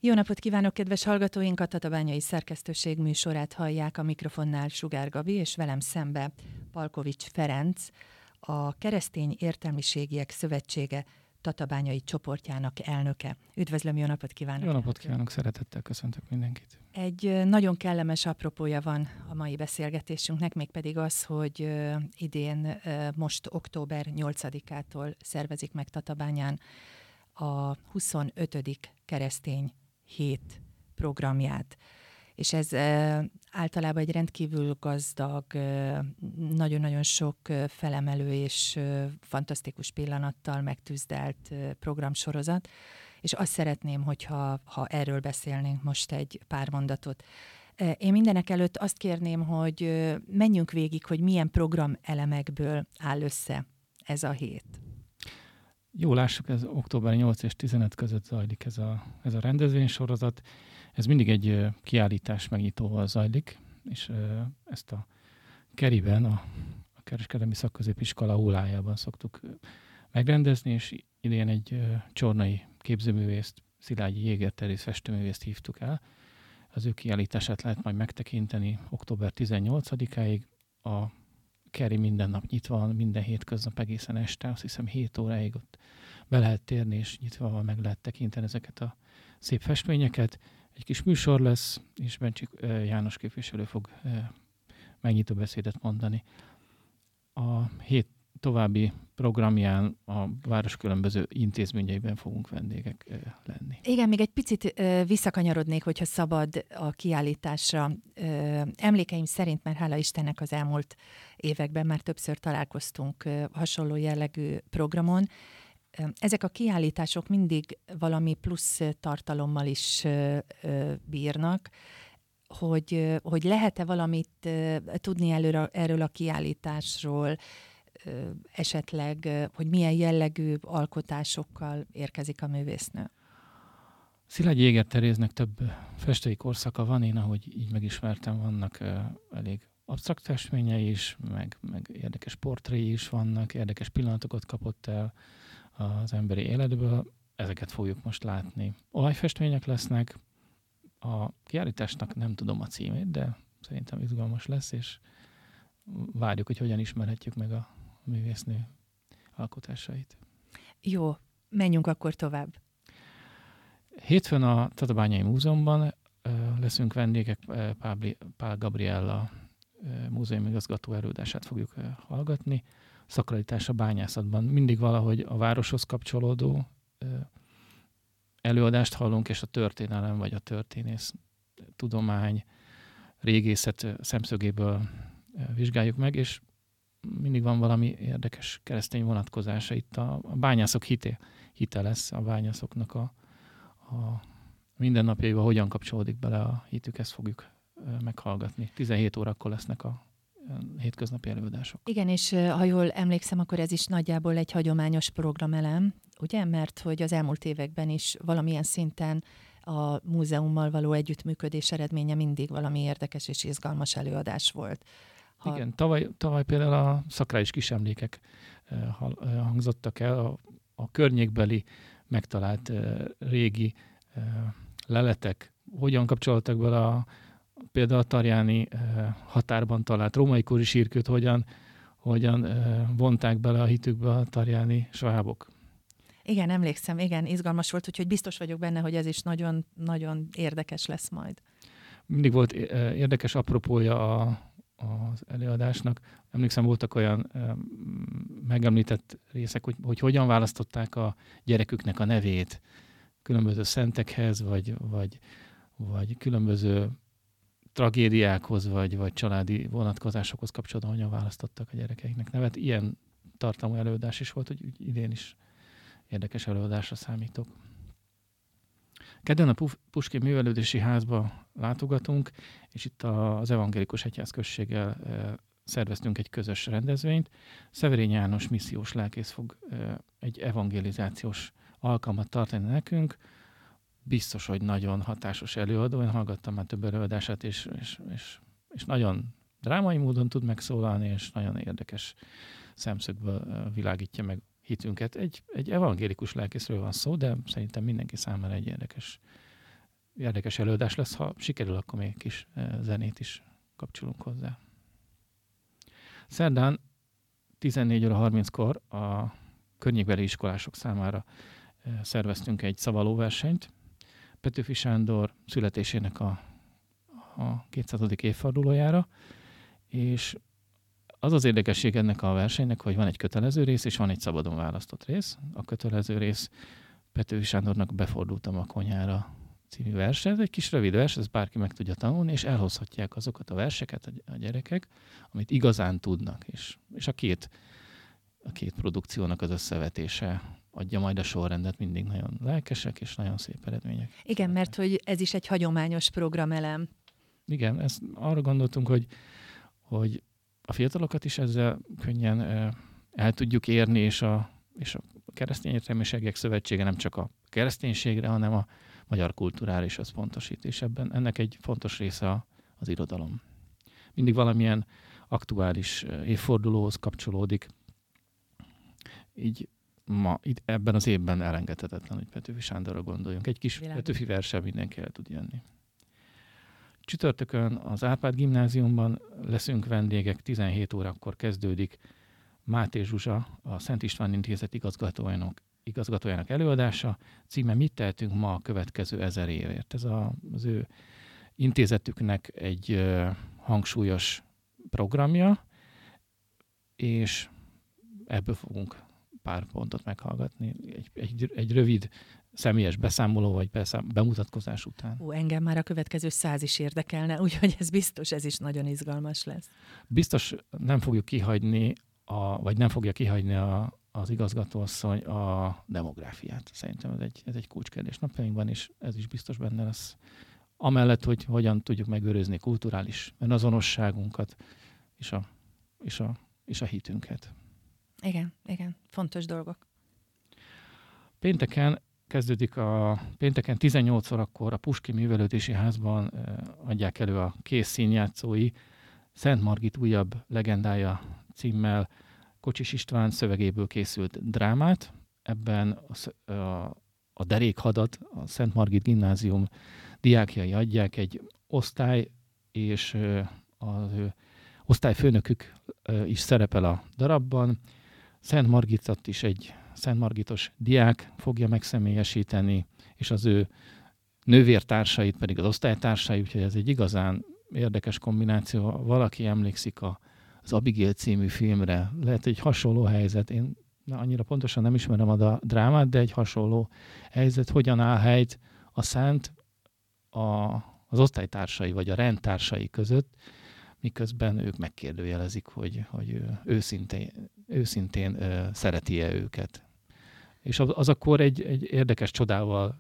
Jó napot kívánok, kedves hallgatóink! A Tatabányai Szerkesztőség műsorát hallják, a mikrofonnál Sugár Gabi, és velem szembe Palkovics Ferenc, a Keresztény Értelmiségiek Szövetsége tatabányai csoportjának elnöke. Üdvözlöm, jó napot kívánok! Jó napot kívánok, szeretettel köszöntök mindenkit! Egy nagyon kellemes apropója van a mai beszélgetésünknek, mégpedig az, hogy idén most október 8-ától szervezik meg Tatabányán a 25. keresztény hét programját. És ez általában egy rendkívül gazdag, nagyon-nagyon sok felemelő és fantasztikus pillanattal megtűzdelt programsorozat, és azt szeretném, hogyha erről beszélnénk most egy pár mondatot. Én mindenek előtt azt kérném, hogy menjünk végig, hogy milyen programelemekből áll össze ez a hét. Jó, lássuk, ez október 8 és 15 között zajlik ez a rendezvénysorozat. Ez mindig egy kiállítás megnyitóval zajlik, és ezt a Keriben, a Kereskedelmi Szakközépiskola aulájában szoktuk megrendezni, és idén egy csornai képzőművészt, Szilágyi Jéger Teréz festőművészt hívtuk el. Az ő kiállítását lehet majd megtekinteni október 18-áig. A Keri minden nap nyitva van, minden hétköznap egészen este, azt hiszem 7 óráig ott be lehet térni, és nyitva van, meg lehet tekinteni ezeket a szép festményeket. Egy kis műsor lesz, és Bencsik János képviselő fog megnyitó beszédet mondani. A hét további programján a város különböző intézményeiben fogunk vendégek lenni. Igen, még egy picit visszakanyarodnék, hogyha szabad a kiállításra. Emlékeim szerint, mert hála Istennek az elmúlt években már többször találkoztunk hasonló jellegű programon. Ezek a kiállítások mindig valami plusz tartalommal is bírnak, hogy lehet-e valamit tudni erről a kiállításról, esetleg, hogy milyen jellegű alkotásokkal érkezik a művésznő? Szilágyi Jéger Teréznek több festői korszaka van, én ahogy így megismertem, vannak elég absztrakt festményei is, meg érdekes portréi is vannak, érdekes pillanatokat kapott el az emberi életből, ezeket fogjuk most látni. Olajfestmények lesznek, a kiállításnak nem tudom a címét, de szerintem izgalmas lesz, és várjuk, hogy hogyan ismerhetjük meg a művésznő alkotásait. Jó, menjünk akkor tovább. Hétfőn a Tatabányai Múzeumban leszünk vendégek, Pál Gabriella múzeumigazgató előadását fogjuk hallgatni. Szakralitás a bányászatban. Mindig valahogy a városhoz kapcsolódó előadást hallunk, és a történelem vagy a történész tudomány, régészet szemszögéből vizsgáljuk meg, és mindig van valami érdekes keresztény vonatkozása. Itt a bányászok hite lesz, a bányászoknak a mindennapjaiba hogyan kapcsolódik bele a hitük, ezt fogjuk meghallgatni. 17 órakor lesznek a hétköznapi előadások. Igen, és ha jól emlékszem, akkor ez is nagyjából egy hagyományos programelem, ugye? Mert hogy az elmúlt években is valamilyen szinten a múzeummal való együttműködés eredménye mindig valami érdekes és izgalmas előadás volt. Igen, tavaly például a szakrális kisemlékek hangzottak el, a környékbeli megtalált régi leletek, hogyan kapcsoltak bele például a tarjáni határban talált római kori sírkőt, hogyan vonták bele a hitükbe a tarjáni svábok. Igen, emlékszem, igen, izgalmas volt, úgyhogy biztos vagyok benne, hogy ez is nagyon, nagyon érdekes lesz majd. Mindig volt érdekes apropója az előadásnak. Emlékszem, voltak olyan megemlített részek, hogy hogyan választották a gyereküknek a nevét különböző szentekhez, vagy különböző tragédiákhoz, vagy családi vonatkozásokhoz kapcsolatban hogyan választottak a gyerekeiknek nevet. Ilyen tartalmú előadás is volt, hogy idén is érdekes előadásra számítok. Kedden a Puskén Művelődési Házba látogatunk, és itt az Evangélikus Egyházközséggel szerveztünk egy közös rendezvényt. Szeverén János missziós lelkész fog egy evangelizációs alkalmat tartani nekünk. Biztos, hogy nagyon hatásos előadó. Én hallgattam már több előadását, és nagyon drámai módon tud megszólalni, és nagyon érdekes szemszögből világítja meg hitünket. Egy evangélikus lelkészről van szó, de szerintem mindenki számára egy érdekes érdekes előadás lesz, ha sikerül, akkor még kis zenét is kapcsolunk hozzá. Szerdán 14:30-kor a környékbeli iskolások számára szerveztünk egy szavalóversenyt. Petőfi Sándor születésének a 200. évfordulójára, és az az érdekesség ennek a versenynek, hogy van egy kötelező rész, és van egy szabadon választott rész. A kötelező rész Petőfi Sándornak Befordultam a konyhára című vers. Ez egy kis rövid vers, ez bárki meg tudja tanulni, és elhozhatják azokat a verseket a gyerekek, amit igazán tudnak. És a két produkciónak az összevetése adja majd a sorrendet, mindig nagyon lelkesek és nagyon szép eredmények. Igen, mert hogy ez is egy hagyományos programelem. Igen, arra gondoltunk, hogy a fiatalokat is ezzel könnyen el tudjuk érni, és a Keresztény Értelmiségek Szövetsége nem csak a kereszténységre, hanem a magyar kultúrára is összpontosít, és ennek egy fontos része az irodalom. Mindig valamilyen aktuális évfordulóhoz kapcsolódik. Így itt ebben az évben elengedhetetlen, hogy Petőfi Sándorra gondoljunk. Egy kis Petőfi verssel mindenki el tud jönni. Csütörtökön az Árpád Gimnáziumban leszünk vendégek, 17 órakor kezdődik Máté Zsuzsa, a Szent István Intézet igazgatójának előadása. Címe Mit tehetünk ma a következő 1000 évért? Ez az ő intézetüknek egy hangsúlyos programja, és ebből fogunk pár pontot meghallgatni. Egy rövid személyes beszámoló vagy bemutatkozás után. Engem már a következő 100 is érdekelne, úgyhogy ez biztos, ez is nagyon izgalmas lesz. Biztos nem fogjuk kihagyni, vagy nem fogja kihagyni az igazgatóasszony a demográfiát. Szerintem ez egy kulcskérdés napjainkban, és ez is biztos benne lesz. Amellett, hogy hogyan tudjuk megőrizni kulturális önazonosságunkat és a hitünket. Igen, fontos dolgok. Pénteken 18 órakor a Puskkin Művelődési Házban adják elő a kész színjátszói Szent Margit újabb legendája címmel Kocsis István szövegéből készült drámát. Ebben a derékhadat a Szent Margit Gimnázium diákjai adják, egy osztály és az osztályfőnökük is szerepel a darabban. Szent Margitot is egy Szent Margitos diák fogja megszemélyesíteni, és az ő nővértársait pedig az osztálytársai, úgyhogy ez egy igazán érdekes kombináció. Valaki emlékszik az Abigail című filmre, lehet egy hasonló helyzet, én annyira pontosan nem ismerem a drámát, de egy hasonló helyzet, hogyan áll helyt a szent az osztálytársai vagy a rendtársai között, miközben ők megkérdőjelezik, hogy őszintén szereti-e őket. És az akkor egy érdekes csodával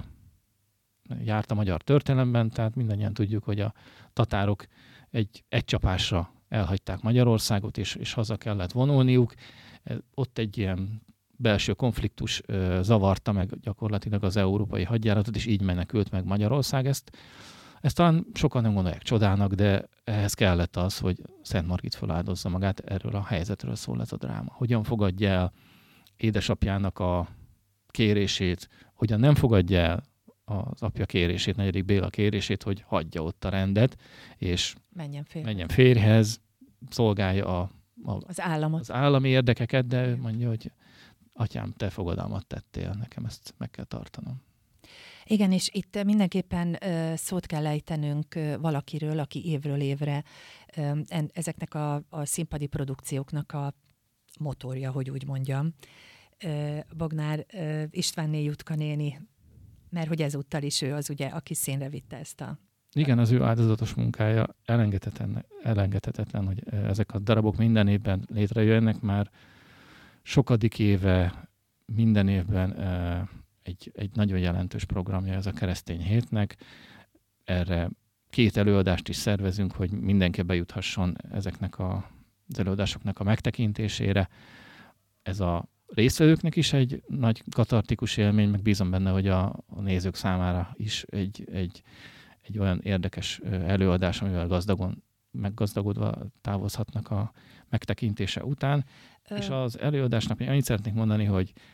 járt a magyar történelemben, tehát mindannyian tudjuk, hogy a tatárok egy csapásra elhagyták Magyarországot, és haza kellett vonulniuk. Ott egy ilyen belső konfliktus zavarta meg gyakorlatilag az európai hadjáratot, és így menekült meg Magyarország. Ezt talán sokan nem gondolják csodának, de ehhez kellett az, hogy Szent Margit feláldozza magát, erről a helyzetről szól ez a dráma. Hogyan fogadja el édesapjának a kérését, hogyan nem fogadja el az apja kérését, 4. Béla kérését, hogy hagyja ott a rendet, és menjen férjhez, szolgálja az állami érdekeket, de ő mondja, hogy atyám, te fogadalmat tettél, nekem ezt meg kell tartanom. Igen, és itt mindenképpen szót kell ejtenünk valakiről, aki évről évre ezeknek a színpadi produkcióknak a motorja, hogy úgy mondjam. Bognár Istvánné Jutka néni, mert hogy ezúttal is ő az ugye, aki színre vitte ezt a... Igen, az ő áldozatos munkája elengedhetetlen, hogy ezek a darabok minden évben létrejönnek, már sokadik éve minden évben egy nagyon jelentős programja ez a Keresztény Hétnek. Erre 2 előadást is szervezünk, hogy mindenki bejuthasson ezeknek az előadásoknak a megtekintésére. Ez a résztvevőknek is egy nagy katartikus élmény, meg bízom benne, hogy a nézők számára is egy olyan érdekes előadás, amivel meggazdagodva távozhatnak a megtekintése után. És az előadásnak annyit szeretnék mondani, hogy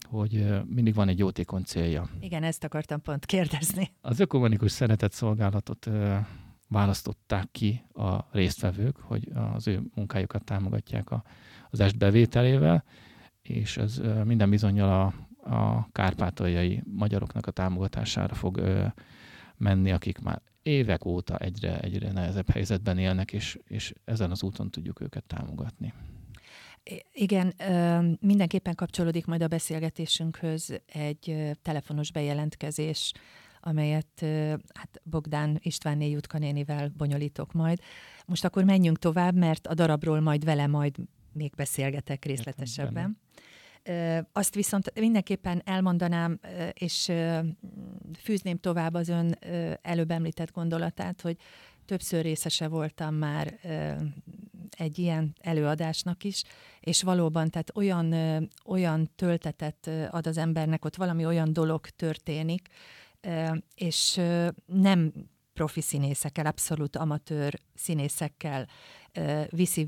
hogy mindig van egy jótékony célja. Igen, ezt akartam pont kérdezni. Az Ökumenikus Szeretett Szolgálatot választották ki a résztvevők, hogy az ő munkájukat támogatják az est bevételével, és ez minden bizonnyal a kárpátaljai magyaroknak a támogatására fog menni, akik már évek óta egyre nehezebb helyzetben élnek, és ezen az úton tudjuk őket támogatni. Igen, mindenképpen kapcsolódik majd a beszélgetésünkhöz egy telefonos bejelentkezés, amelyet hát Bogdán Istvánné Jutka nénivel bonyolítok majd. Most akkor menjünk tovább, mert a darabról majd még beszélgetek részletesebben. Azt viszont mindenképpen elmondanám, és fűzném tovább az ön előbb említett gondolatát, hogy többször részese voltam már egy ilyen előadásnak is, és valóban, tehát olyan töltetet ad az embernek, ott valami olyan dolog történik, és nem profi színészekkel, abszolút amatőr színészekkel visz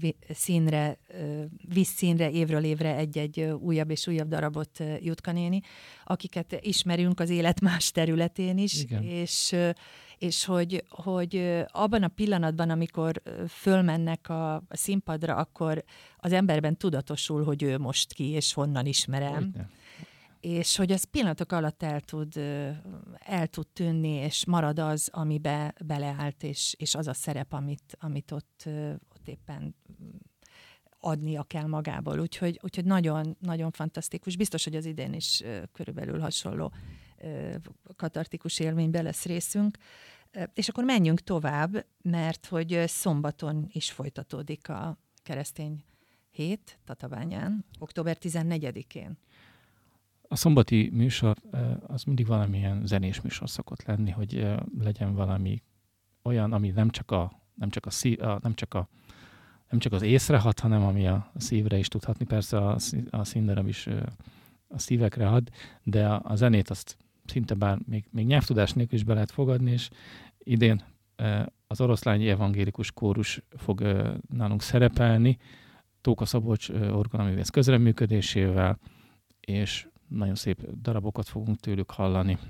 színre évről évre egy-egy újabb és újabb darabot Jutka néni, akiket ismerünk az élet más területén is, és hogy abban a pillanatban, amikor fölmennek a színpadra, akkor az emberben tudatosul, hogy ő most ki, és honnan ismerem. És hogy az pillanatok alatt el tud tűnni, és marad az, amibe beleállt, és az a szerep, amit ott éppen adnia kell magából. Úgyhogy nagyon, nagyon fantasztikus. Biztos, hogy az idén is körülbelül hasonló katartikus élményben lesz részünk. És akkor menjünk tovább, mert hogy szombaton is folytatódik a keresztény hét Tatabányán, október 14-én. A szombati műsor az mindig valamilyen zenés műsor szokott lenni, hogy legyen valami olyan, ami nem csak az észre hat, hanem ami a szívre is tud hatni. Persze a színdarab is a szívekre hat, de a zenét azt szinte bár még nyelvtudás nélkül is be lehet fogadni, és idén az Oroszlányi Evangélikus Kórus fog nálunk szerepelni, Tóka Szabolcs orgonaművész közreműködésével, és nagyon szép darabokat fogunk tőlük hallani.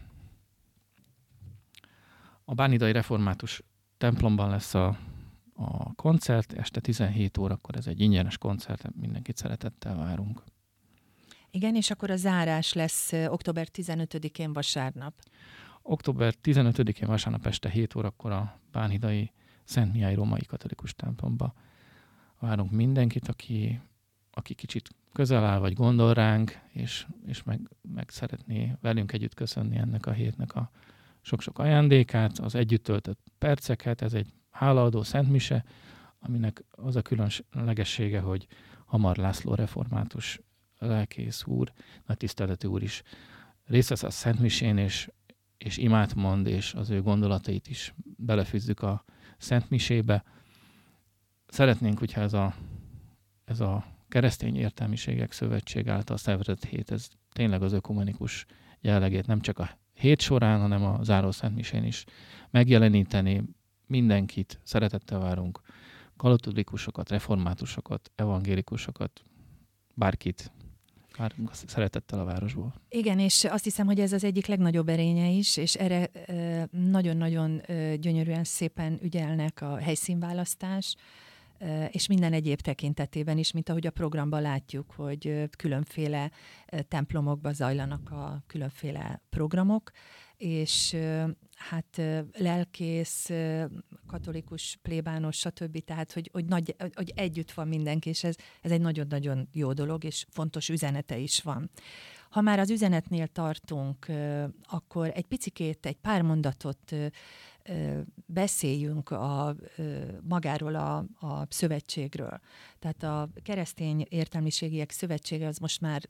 A bánhidai református templomban lesz a koncert, este 17 órakor, ez egy ingyenes koncert, mindenkit szeretettel várunk. Igen, és akkor a zárás lesz október 15-én vasárnap. Október 15-én vasárnap este 7 órakor a bánhidai Szent Mihály római katolikus templomba várunk mindenkit, aki kicsit közel áll, vagy gondol ránk, és meg szeretné velünk együtt köszönni ennek a hétnek a sok-sok ajándékát, az együtt töltött perceket. Ez egy hálaadó szentmise, aminek az a különlegessége, hogy Hamar László református lelkész úr, nagy tiszteletű úr is részt vesz a szentmisén, és imát mond, és az ő gondolatait is belefűzzük a szentmisébe. Szeretnénk, hogyha ez a Keresztény Értelmiségek Szövetség által szervezett hét, ez tényleg az ökumenikus jellegét nem csak a hét során, hanem a záró szentmisén is megjeleníteni. Mindenkit szeretettel várunk, katolikusokat, reformátusokat, evangélikusokat, bárkit várunk szeretettel a városból. Igen, és azt hiszem, hogy ez az egyik legnagyobb erénye is, és erre nagyon-nagyon gyönyörűen szépen ügyelnek a helyszínválasztás, és minden egyéb tekintetében is, mint ahogy a programban látjuk, hogy különféle templomokban zajlanak a különféle programok, és hát lelkész, katolikus, plébános, stb. Tehát, hogy együtt van mindenki, és ez egy nagyon-nagyon jó dolog, és fontos üzenete is van. Ha már az üzenetnél tartunk, akkor egy pár mondatot beszéljünk magáról a szövetségről. Tehát a Keresztény Értelmiségiek Szövetsége az most már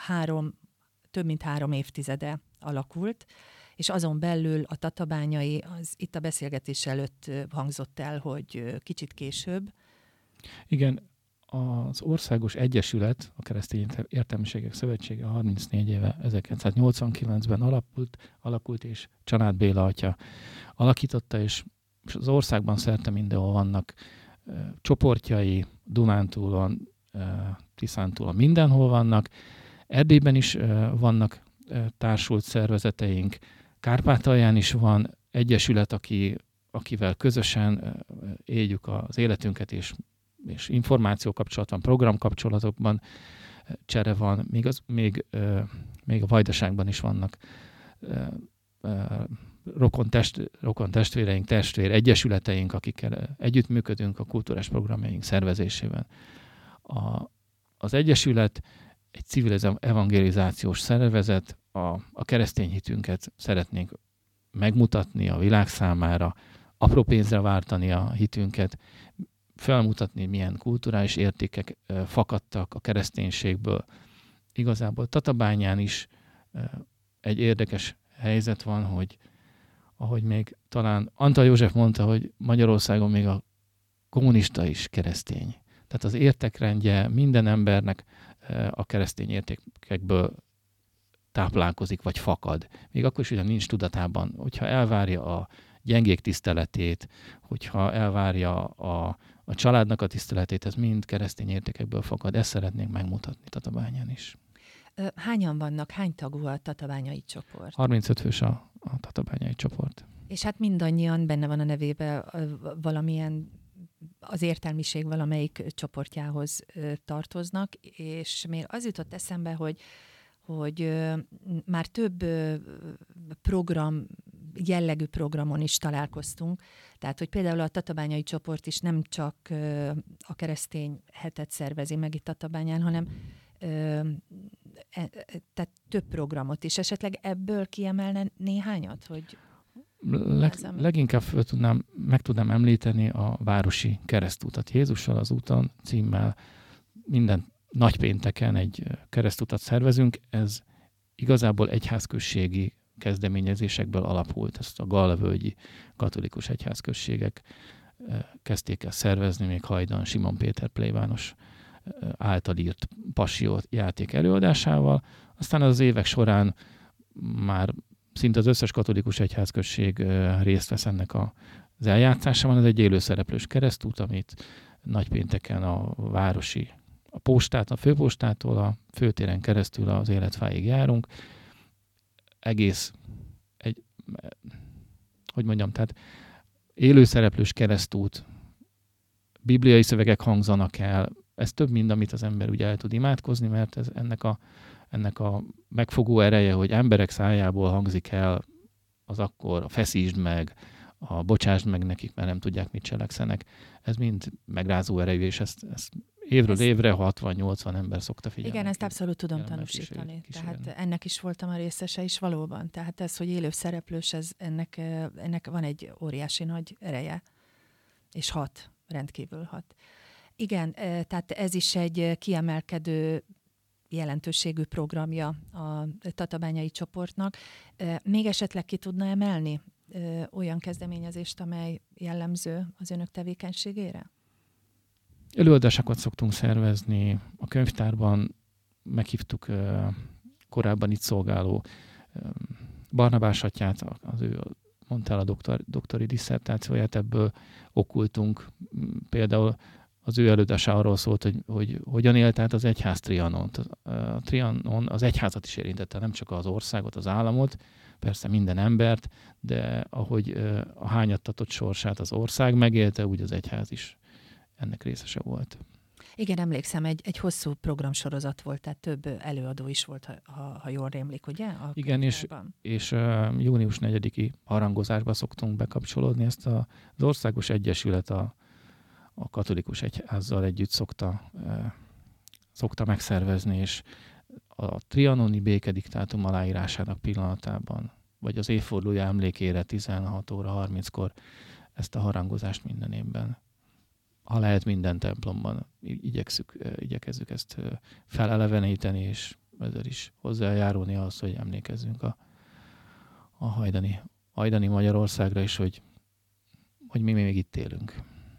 több mint 3 évtizede alakult, és azon belül a tatabányai, az itt a beszélgetés előtt hangzott el, hogy kicsit később. Igen, az Országos Egyesület, a Keresztény Értelmiségek Szövetsége 34 éve, 1989-ben alakult, és Csanád Béla atya alakította, és az országban szerte mindenhol vannak csoportjai, Dunántúlon, Tiszántúlon, mindenhol vannak. Erdélyben is vannak társult szervezeteink, Kárpátalján is van egyesület, akivel közösen éljük az életünket, és információkapcsolatban, programkapcsolatokban csere van, még a Vajdaságban is vannak rokon testvéreink, testvér egyesületeink, akikkel együttműködünk a kulturális programjaink szervezésében. Az egyesület egy civil evangelizációs szervezet, a keresztény hitünket szeretnénk megmutatni a világ számára, apró pénzre váltani a hitünket, felmutatni, milyen kulturális értékek fakadtak a kereszténységből. Igazából Tatabányán is egy érdekes helyzet van, hogy ahogy még talán Antal József mondta, hogy Magyarországon még a kommunista is keresztény. Tehát az értékrendje minden embernek a keresztény értékekből táplálkozik, vagy fakad. Még akkor is, hogyha nincs tudatában, hogyha elvárja a gyengék tiszteletét, hogyha elvárja a családnak a tiszteletét, ez mind keresztény értékekből fakad. Ezt szeretnénk megmutatni Tatabányán is. Hányan vannak, hány tagú a tatabányai csoport? 35 fős a tatabányai csoport. És hát mindannyian benne van a nevében valamilyen, az értelmiség valamelyik csoportjához tartoznak, és még az jutott eszembe, hogy már több jellegű programon is találkoztunk. Tehát, hogy például a tatabányai csoport is nem csak a keresztény hetet szervezi meg itt Tatabányán, hanem tehát több programot is. Esetleg ebből kiemelne néhányat, hogy leginkább meg tudnám említeni a városi keresztutat. Jézussal az úton címmel minden nagypénteken egy keresztutat szervezünk. Ez igazából egyházközségi kezdeményezésekből alapult. Ezt a gallavölgyi katolikus egyházközségek kezdték el szervezni, még hajdan Simon Péter plébános által írt passió játék előadásával. Aztán az évek során már szinte az összes katolikus egyházközség részt vesz ennek az eljátszásában. Ez egy élőszereplős keresztút, amit nagypénteken a főpostától a főtéren keresztül az Életfáig járunk. Tehát élőszereplős keresztút, bibliai szövegek hangzanak el. Ez több, mint amit az ember úgy el tud imádkozni, mert ennek a megfogó ereje, hogy emberek szájából hangzik el az akkor a feszítsd meg, a bocsásd meg nekik, mert nem tudják, mit cselekszenek. Ez mind megrázó erejű, és ezt évről évre 60-80 ember szokta figyelni. Igen, ezt abszolút tudom tanúsítani. Tehát ennek is voltam a részese is valóban. Tehát ez, hogy élő szereplős, ennek van egy óriási nagy ereje, és rendkívül hat. Igen, tehát ez is egy kiemelkedő jelentőségű programja a tatabányai csoportnak. Még esetleg ki tudna emelni olyan kezdeményezést, amely jellemző az önök tevékenységére? Előadásokat szoktunk szervezni. A könyvtárban meghívtuk korábban itt szolgáló Barnabás atyát, az ő mondta el a doktori disszertációját, ebből okkultunk. Például az ő előadása arról szólt, hogy hogyan élt át az egyház Trianont. A Trianon az egyházat is érintette, nem csak az országot, az államot, persze minden embert, de ahogy a hányattatott sorsát az ország megélte, úgy az egyház is ennek részese volt. Igen, emlékszem, egy hosszú programsorozat volt, tehát több előadó is volt, ha jól rémlik, ugye? Igen, és június 4-i harangozásba szoktunk bekapcsolódni. Ezt az Országos Egyesület a katolikus egyházzal együtt szokta megszervezni, és a trianoni békediktátum aláírásának pillanatában, vagy az évfordulója emlékére 16 óra 30-kor ezt a harangozást minden évben, ha lehet, minden templomban igyekezzük ezt feleleveníteni, és ezzel is hozzájárulni ahhoz, hogy emlékezzünk a hajdani Magyarországra is, hogy mi még itt élünk.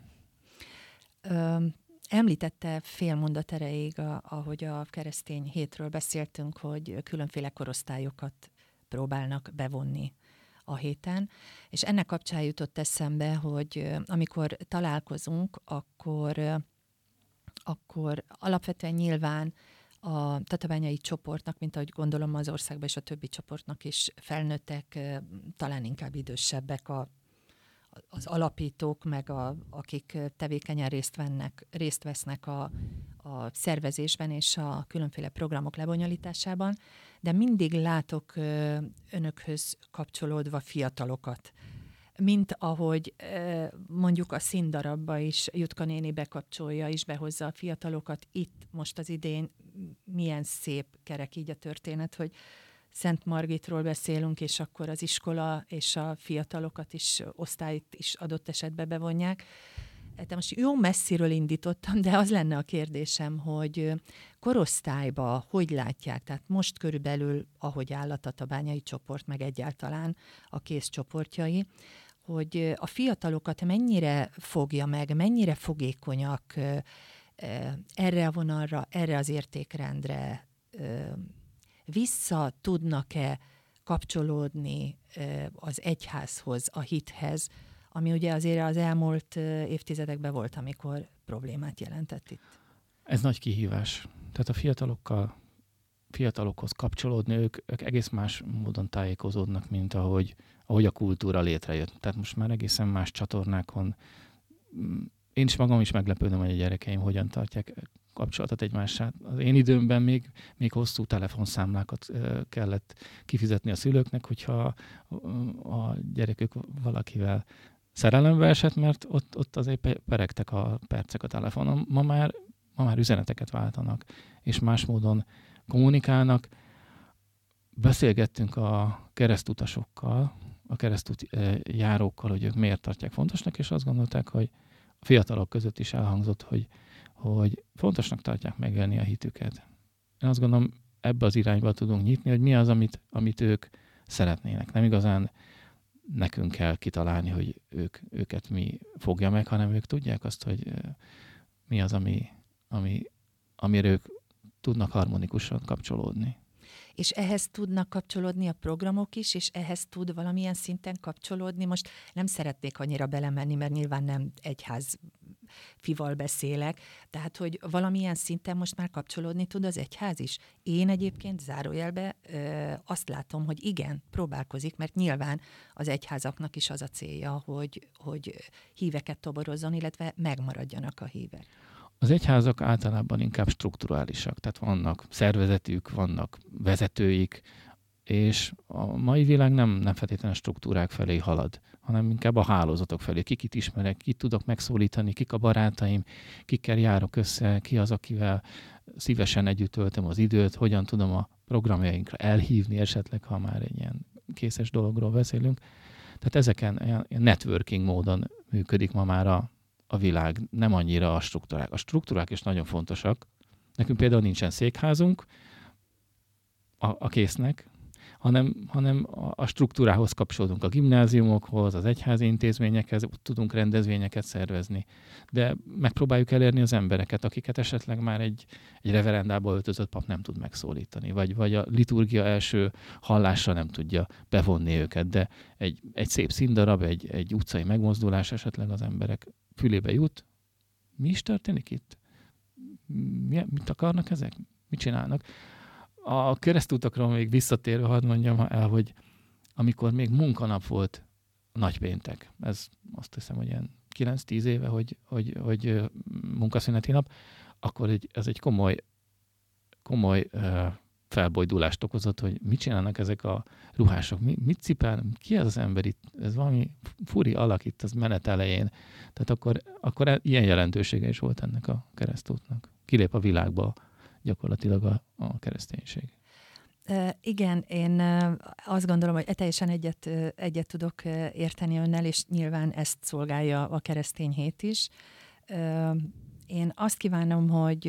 Említette fél mondat erejéig, ahogy a keresztény hétről beszéltünk, hogy különféle korosztályokat próbálnak bevonni a héten, és ennek kapcsán jutott eszembe, hogy amikor találkozunk, akkor alapvetően nyilván a tatabányai csoportnak, mint ahogy gondolom az országban és a többi csoportnak is felnőttek, talán inkább idősebbek az alapítók, meg akik tevékenyen részt vesznek a szervezésben és a különféle programok lebonyolításában, de mindig látok önökhöz kapcsolódva fiatalokat. Mint ahogy mondjuk a színdarabba is Jutka néni bekapcsolja és behozza a fiatalokat. Itt most az idén milyen szép kerek így a történet, hogy Szent Margitról beszélünk, és akkor az iskola és a fiatalokat is, osztályt is adott esetben bevonják. De most jó messziről indítottam, de az lenne a kérdésem, hogy korosztályba hogy látják? Tehát most körülbelül, ahogy áll a tatabányai csoport, meg egyáltalán a kész csoportjai, hogy a fiatalokat mennyire fogja meg, mennyire fogékonyak erre a vonalra, erre az értékrendre, vissza tudnak-e kapcsolódni az egyházhoz, a hithez, ami ugye azért az elmúlt évtizedekben volt, amikor problémát jelentett itt. Ez nagy kihívás. Tehát a fiatalokhoz kapcsolódni, ők egész más módon tájékozódnak, mint ahogy a kultúra létrejött. Tehát most már egészen más csatornákon. Én is magam is meglepődöm, hogy a gyerekeim hogyan tartják kapcsolatot egymással. Az én időmben még hosszú telefonszámlákat kellett kifizetni a szülőknek, hogyha a gyerekük valakivel szerelembe esett, mert ott azért peregtek a percek a telefonon. Ma már üzeneteket váltanak, és más módon kommunikálnak. Beszélgettünk a keresztutasokkal, a keresztút járókkal, hogy ők miért tartják fontosnak, és azt gondolták, hogy a fiatalok között is elhangzott, hogy fontosnak tartják megélni a hitüket. Én azt gondolom, ebbe az irányba tudunk nyitni, hogy mi az, amit ők szeretnének. Nem igazán nekünk kell kitalálni, hogy őket mi fogja meg, hanem ők tudják azt, hogy mi az, amire ők tudnak harmonikusan kapcsolódni. És ehhez tudnak kapcsolódni a programok is, és ehhez tud valamilyen szinten kapcsolódni. Most nem szeretnék annyira belemenni, mert nyilván nem egyház fival beszélek, tehát, hogy valamilyen szinten most már kapcsolódni tud az egyház is. Én egyébként zárójelbe azt látom, hogy igen, próbálkozik, mert nyilván az egyházaknak is az a célja, hogy híveket toborozzon, illetve megmaradjanak a hívek. Az egyházak általában inkább strukturálisak, tehát vannak szervezetük, vannak vezetőik, és a mai világ nem feltétlenül a struktúrák felé halad, hanem inkább a hálózatok felé. Kikit ismerek, kit tudok megszólítani, kik a barátaim, kikkel járok össze, ki az, akivel szívesen együtt töltöm az időt, hogyan tudom a programjainkra elhívni esetleg, ha már egy ilyen készes dologról beszélünk. Tehát ezeken ilyen networking módon működik ma már a világ, nem annyira a struktúrák. A struktúrák is nagyon fontosak. Nekünk például nincsen székházunk a késznek, hanem a struktúrához kapcsolódunk, a gimnáziumokhoz, az egyházi intézményekhez, ott tudunk rendezvényeket szervezni. De megpróbáljuk elérni az embereket, akiket esetleg már egy reverendába öltözött pap nem tud megszólítani, vagy a liturgia első hallásra nem tudja bevonni őket, de egy szép színdarab, egy utcai megmozdulás esetleg az emberek fülébe jut. Mi is történik itt? Mit akarnak ezek? Mit csinálnak? A keresztútakról még visszatérve hadd mondjam el, hogy amikor még munkanap volt nagypéntek, ez azt hiszem, hogy ilyen 9-10 éve, hogy munkaszüneti nap, akkor ez egy komoly felbojdulást okozott, hogy mit csinálnak ezek a ruhások, mit cipel, ki ez az ember itt, ez valami furi alak itt az menet elején. Tehát akkor ilyen jelentősége is volt ennek a keresztútnak. Kilép a világba gyakorlatilag a kereszténység. Igen, én azt gondolom, hogy teljesen egyet tudok érteni önnel, és nyilván ezt szolgálja a keresztény hét is. Én azt kívánom,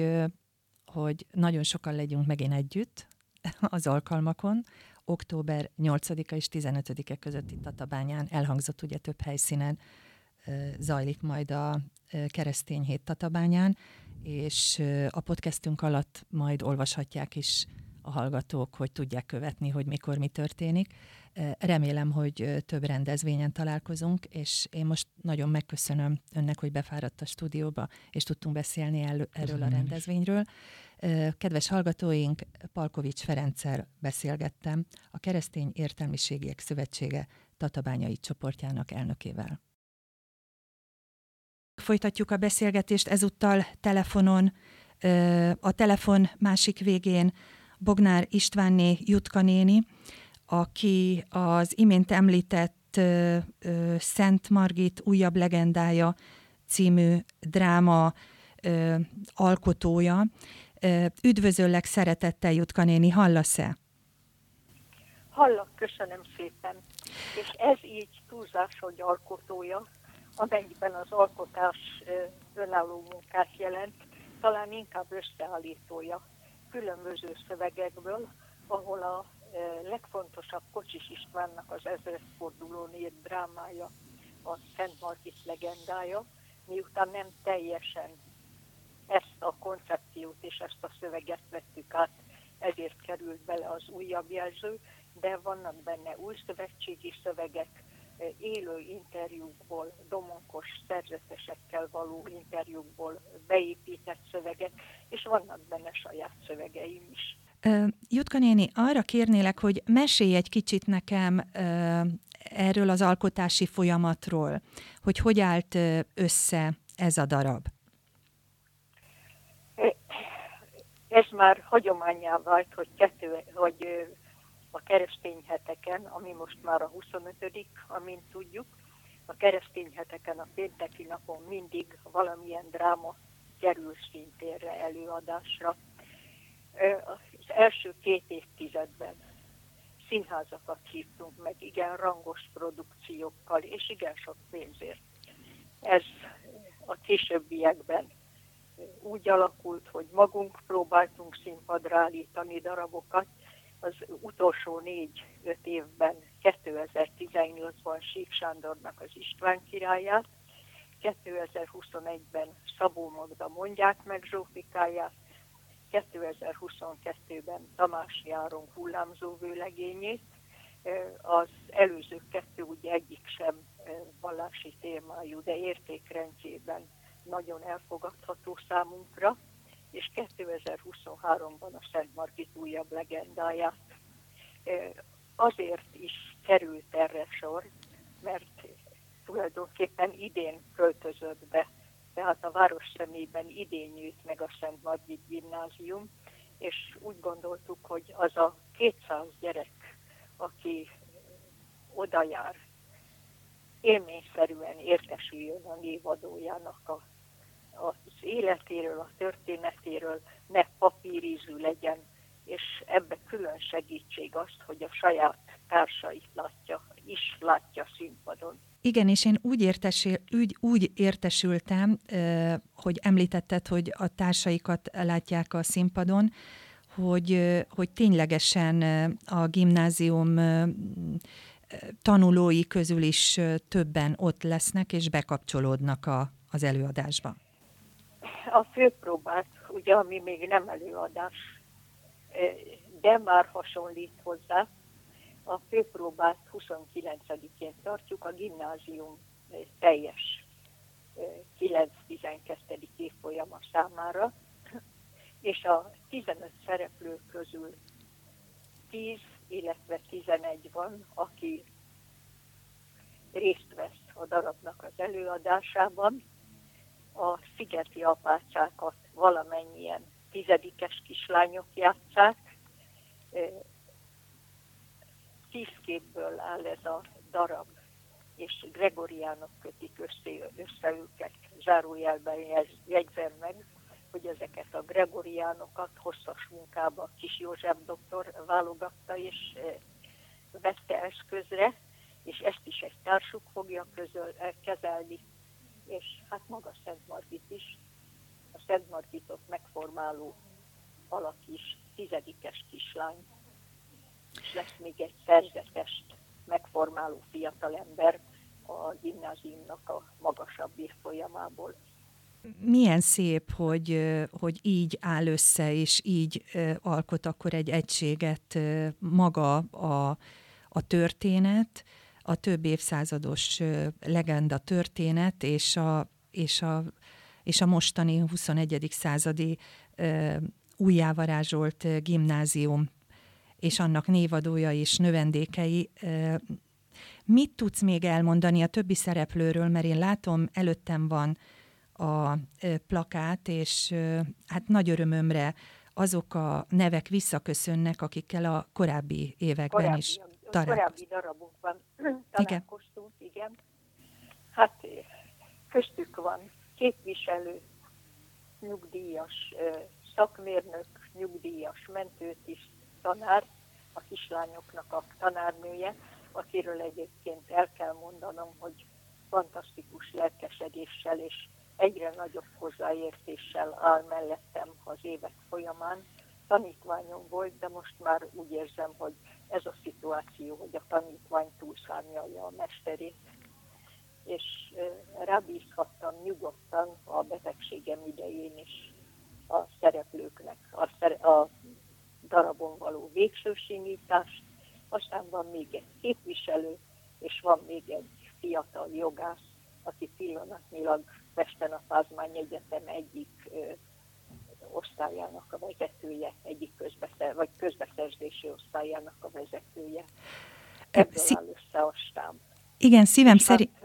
hogy nagyon sokan legyünk megint együtt az alkalmakon. Október 8-a és 15-e között itt Tatabányán elhangzott, ugye több helyszínen zajlik majd a keresztény hét Tatabányán, és a podcastünk alatt majd olvashatják is a hallgatók, hogy tudják követni, hogy mikor mi történik. Remélem, hogy több rendezvényen találkozunk, és én most nagyon megköszönöm önnek, hogy befáradt a stúdióba, és tudtunk beszélni erről a rendezvényről. Kedves hallgatóink, Palkovics Ferenccel beszélgettem, a Keresztény Értelmiségiek Szövetsége tatabányai csoportjának elnökével. Folytatjuk a beszélgetést ezúttal telefonon. A telefon másik végén Bognár Istvánné Jutka néni, aki az imént említett Szent Margit újabb legendája című dráma alkotója. Üdvözöllek szeretettel, Jutka néni, hallasz-e? Hallak, köszönöm szépen. És ez így túlzás, hogy alkotója, amennyiben az alkotás önálló munkát jelent, talán inkább összeállítója különböző szövegekből, ahol a legfontosabb Kocsis Istvánnak az ezredfordulón írt drámája, a Szent Margit legendája, miután nem teljesen ezt a koncepciót és ezt a szöveget vettük át, ezért került bele az újabb jelző, de vannak benne új szövetségi szövegek, élő interjúkból, domonkos szerzetesekkel való interjúkból beépített szövegek, és vannak benne saját szövegeim is. Jutka néni, arra kérnélek, hogy mesélj egy kicsit nekem erről az alkotási folyamatról, hogy állt össze ez a darab. Ez már hagyománnyá vált, hogy a keresztény heteken, ami most már a 25., amint tudjuk, a keresztény heteken a pénteki napon mindig valamilyen dráma kerül szintérre, előadásra. Az első 2 évtizedben színházakat hívtunk meg, igen rangos produkciókkal, és igen sok pénzért. Ez a későbbiekben úgy alakult, hogy magunk próbáltunk színpadra állítani darabokat. Az utolsó 4-5 évben, 2018-ban Sík Sándornak az István királyát, 2021-ben Szabó Magda Mondják meg Zsófikáját, 2022-ben Tamás Járon Hullámzó vőlegényét. Az előző 2 ugye egyik sem vallási témájú, de értékrendjében nagyon elfogadható számunkra, és 2023-ban a Szent Margit újabb legendáját. Azért is került erre sor, mert tulajdonképpen idén költözött be, tehát a város szemében idén nyílt meg a Szent Margit gimnázium, és úgy gondoltuk, hogy az a 200 gyerek, aki oda jár, élményszerűen értesüljön a névadójának az életéről, a történetéről, ne papírízű legyen, és ebbe külön segítség azt, hogy a saját társait látja színpadon. Igen, és én úgy értesültem, hogy említetted, hogy a társaikat látják a színpadon, hogy ténylegesen a gimnázium tanulói közül is többen ott lesznek, és bekapcsolódnak az előadásba. A főpróbát, ugye, ami még nem előadás, de már hasonlít hozzá, a főpróbát 29-én tartjuk a gimnázium teljes 9-12. Évfolyama számára, és a 15 szereplő közül 10, illetve 11 van, aki részt vesz a darabnak az előadásában. A szigeti apácsákat valamennyien 10-es kislányok játsszák. 10 képből áll ez a darab, és gregoriánok kötik össze őket. Zárójelben jegyzem meg, hogy ezeket a gregoriánokat hosszas munkába Kis József doktor válogatta és vette eszközre, és ezt is egy társuk fogja kezelni. És hát maga Szent Margit is, a Szent Margitot megformáló alak is 10-es kislány, és lesz még egy szerzetest megformáló fiatalember a gimnáziumnak a magasabb évfolyamából. Milyen szép, hogy így áll össze, és így alkot akkor egy egységet maga a történet, a több évszázados legenda történet, és a mostani 21. századi újjávarázsolt gimnázium, és annak névadója és növendékei. Mit tudsz még elmondani a többi szereplőről, mert én látom, előttem van a plakát, és hát nagy örömömre azok a nevek visszaköszönnek, akikkel a korábbi években is találkoztunk. Korábbi darabokban találkoztunk, igen. Hát köztük van képviselő, nyugdíjas szakmérnök, nyugdíjas mentőtiszt, tanár, a kislányoknak a tanárnője, akiről egyébként el kell mondanom, hogy fantasztikus lelkesedéssel és egyre nagyobb hozzáértéssel áll mellettem az évek folyamán. Tanítványom volt, de most már úgy érzem, hogy ez a szituáció, hogy a tanítvány túlszárnyalja a mesterét. És rábízhattam nyugodtan a betegségem idején is a szereplőknek a darabon való végső simítást. Aztán van még egy képviselő, és van még egy fiatal jogász, aki pillanatnyilag Pesten a Pázmány Egyetem egyik osztályának a vezetője, egyik közbeszerzési osztályának a vezetője. Ebből áll össze a stáb. Igen, szívem szerint.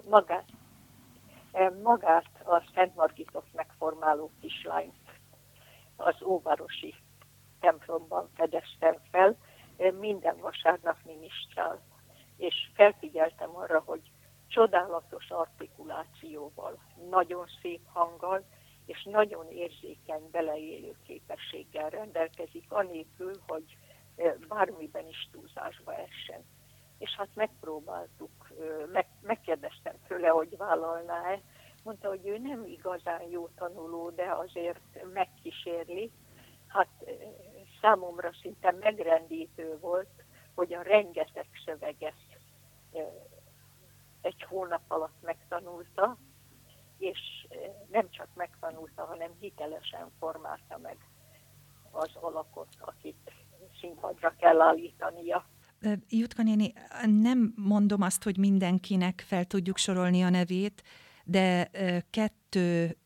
Magát a Szent Margitot megformáló kislányt az óvárosi templomban fedeztem fel, minden vasárnap minisztrál, és felfigyeltem arra, hogy csodálatos artikulációval, nagyon szép hanggal, és nagyon érzékeny, beleélő képességgel rendelkezik, anélkül, hogy bármiben is túlzásba essen. És hát megpróbáltuk, megkérdeztem tőle, hogy vállalná-e, mondta, hogy ő nem igazán jó tanuló, de azért megkísérli. Hát számomra szinte megrendítő volt, hogy a rengeteg szöveget egy hónap alatt megtanulta, és nem csak megtanulta, hanem hitelesen formálta meg az alakot, akit színpadra kell állítania. Jutka néni, nem mondom azt, hogy mindenkinek fel tudjuk sorolni a nevét, de kettő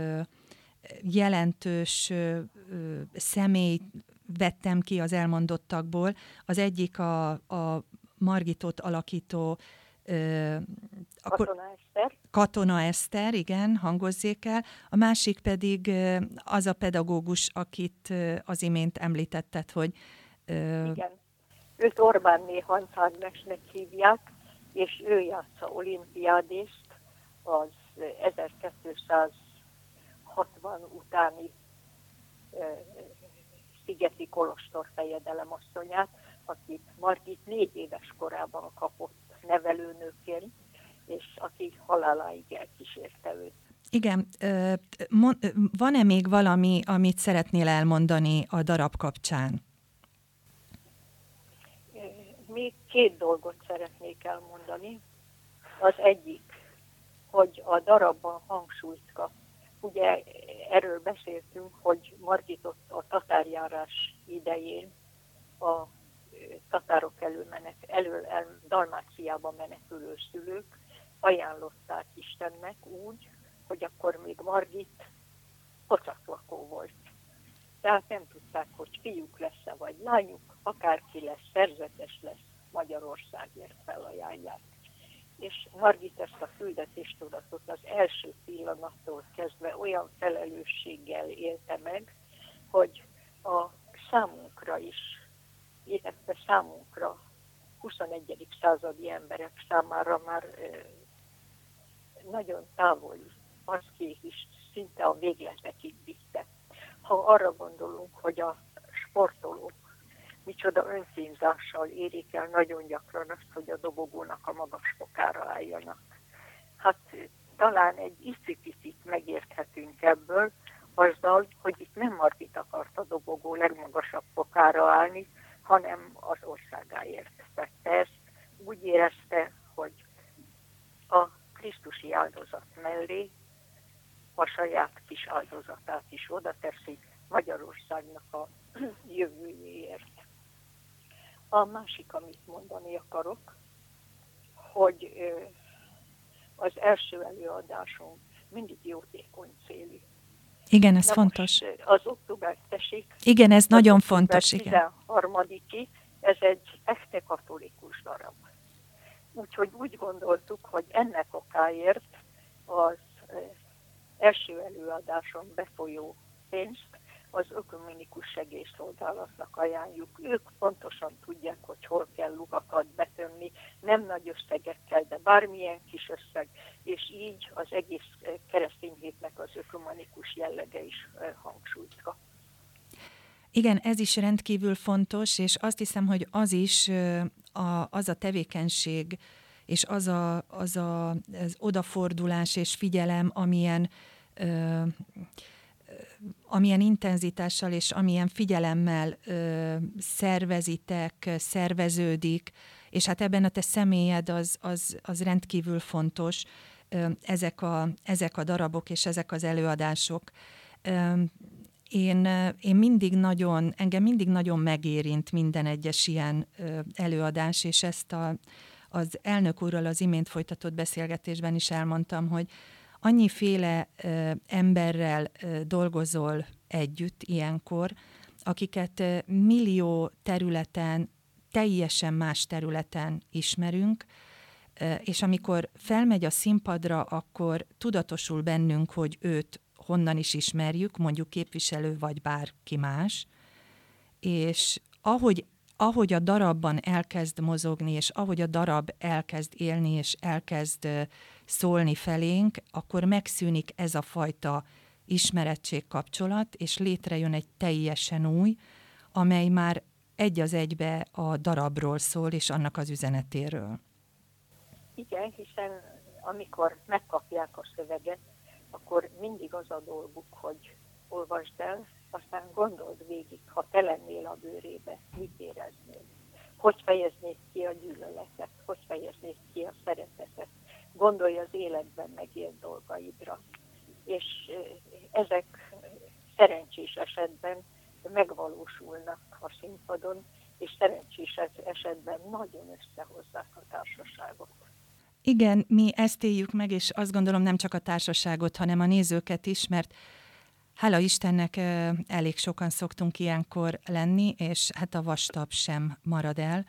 jelentős személy vettem ki az elmondottakból. Az egyik a Margitot alakító Katona Eszter, igen, hangozzék el. A másik pedig az a pedagógus, akit az imént említetted, hogy... Igen. Őt Orbánné Hans Ágnesnek hívják, és ő játsza olimpiádést az 1260 utáni Szigeti Kolostor fejedelemasszonyát, akit Margit 4 éves korában kapott nevelőnőként, és aki haláláig elkísérte őt. Igen, van-e még valami, amit szeretnél elmondani a darab kapcsán? Még 2 dolgot szeretnék elmondani. Az egyik, hogy a darabban hangsúlyt kap. Ugye erről beszéltünk, hogy Margitot a tatárjárás idején a tatárok elől Dalmáciába menekülő szülők ajánlották Istennek úgy, hogy akkor még Margit kocaklakó volt. Tehát nem tudták, hogy fiúk lesz-e vagy lányuk, akárki lesz, szerzetes lesz, Magyarországért felajánlják. És Margit ezt a küldetéstudatot az első pillanattól kezdve olyan felelősséggel élte meg, hogy a számunkra is, illetve számunkra 21. századi emberek számára már nagyon távoli paszkézist szinte a végletekig vitte. Ha arra gondolunk, hogy a sportolók micsoda önkínzással érik el nagyon gyakran azt, hogy a dobogónak a magas fokára álljanak. Hát talán egy icipicit megérthetünk ebből, azzal, hogy itt nem Margit akart a dobogó legmagasabb fokára állni, hanem az országáért tette ezt. Úgy érezte, hogy a krisztusi áldozat mellé a saját kis áldozatát is oda teszi Magyarországnak a jövőjéért. A másik, amit mondani akarok, hogy az első előadásom mindig jótékony célú. Igen, ez fontos. Most az október, tessék. Igen, ez nagyon fontos. 13-i, ez egy echte katolikus darab. Úgyhogy úgy gondoltuk, hogy ennek okáért az első előadáson befolyó pénzt az ökumenikus segélyszolgálatnak ajánljuk. Ők pontosan tudják, hogy hol kell lugakat betömni, nem nagy összegekkel, de bármilyen kis összeg, és így az egész keresztény hétnek az ökumenikus jellege is hangsúlyt kap. Igen, ez is rendkívül fontos, és azt hiszem, hogy az is az a tevékenység, és az odafordulás és figyelem, amilyen intenzitással és amilyen figyelemmel szervezitek, szerveződik, és hát ebben a te személyed az rendkívül fontos, ezek a darabok és ezek az előadások. Engem mindig nagyon megérint minden egyes ilyen előadás, és ezt az elnök úrral az imént folytatott beszélgetésben is elmondtam, hogy annyiféle emberrel dolgozol együtt ilyenkor, akiket millió területen, teljesen más területen ismerünk, és amikor felmegy a színpadra, akkor tudatosul bennünk, hogy őt honnan is ismerjük, mondjuk képviselő vagy bárki más, és ahogy a darabban elkezd mozogni, és ahogy a darab elkezd élni, és elkezd szólni felénk, akkor megszűnik ez a fajta ismerettség-kapcsolat, és létrejön egy teljesen új, amely már egy az egybe a darabról szól, és annak az üzenetéről. Igen, hiszen amikor megkapják a szöveget, akkor mindig az a dolguk, hogy olvasd el, aztán gondold végig, ha te lennél a bőrébe, mit éreznél? Hogy fejeznéd ki a gyűlöletet? Hogy fejeznéd ki a szeretetet? Gondolj az életben megélt dolgaidra. És ezek szerencsés esetben megvalósulnak a színpadon, és szerencsés esetben nagyon összehozzák a társaságot. Igen, mi ezt éljük meg, és azt gondolom nem csak a társaságot, hanem a nézőket is, mert hála Istennek elég sokan szoktunk ilyenkor lenni, és hát a vastap sem marad el.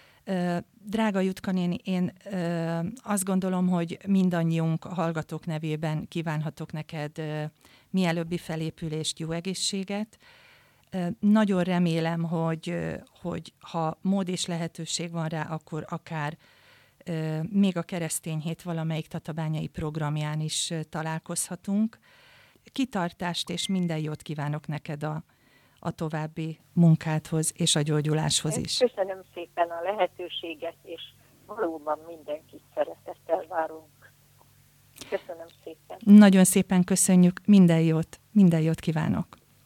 Drága Jutka néni, én azt gondolom, hogy mindannyiunk a hallgatók nevében kívánhatok neked mielőbbi felépülést, jó egészséget. Nagyon remélem, hogy ha mód és lehetőség van rá, akkor akár még a Keresztény Hét valamelyik tatabányai programján is találkozhatunk. Kitartást és minden jót kívánok neked a további munkádhoz és a gyógyuláshoz is. Köszönöm szépen a lehetőséget, és valóban mindenkit szeretettel várunk. Köszönöm szépen. Nagyon szépen köszönjük, minden jót kívánok.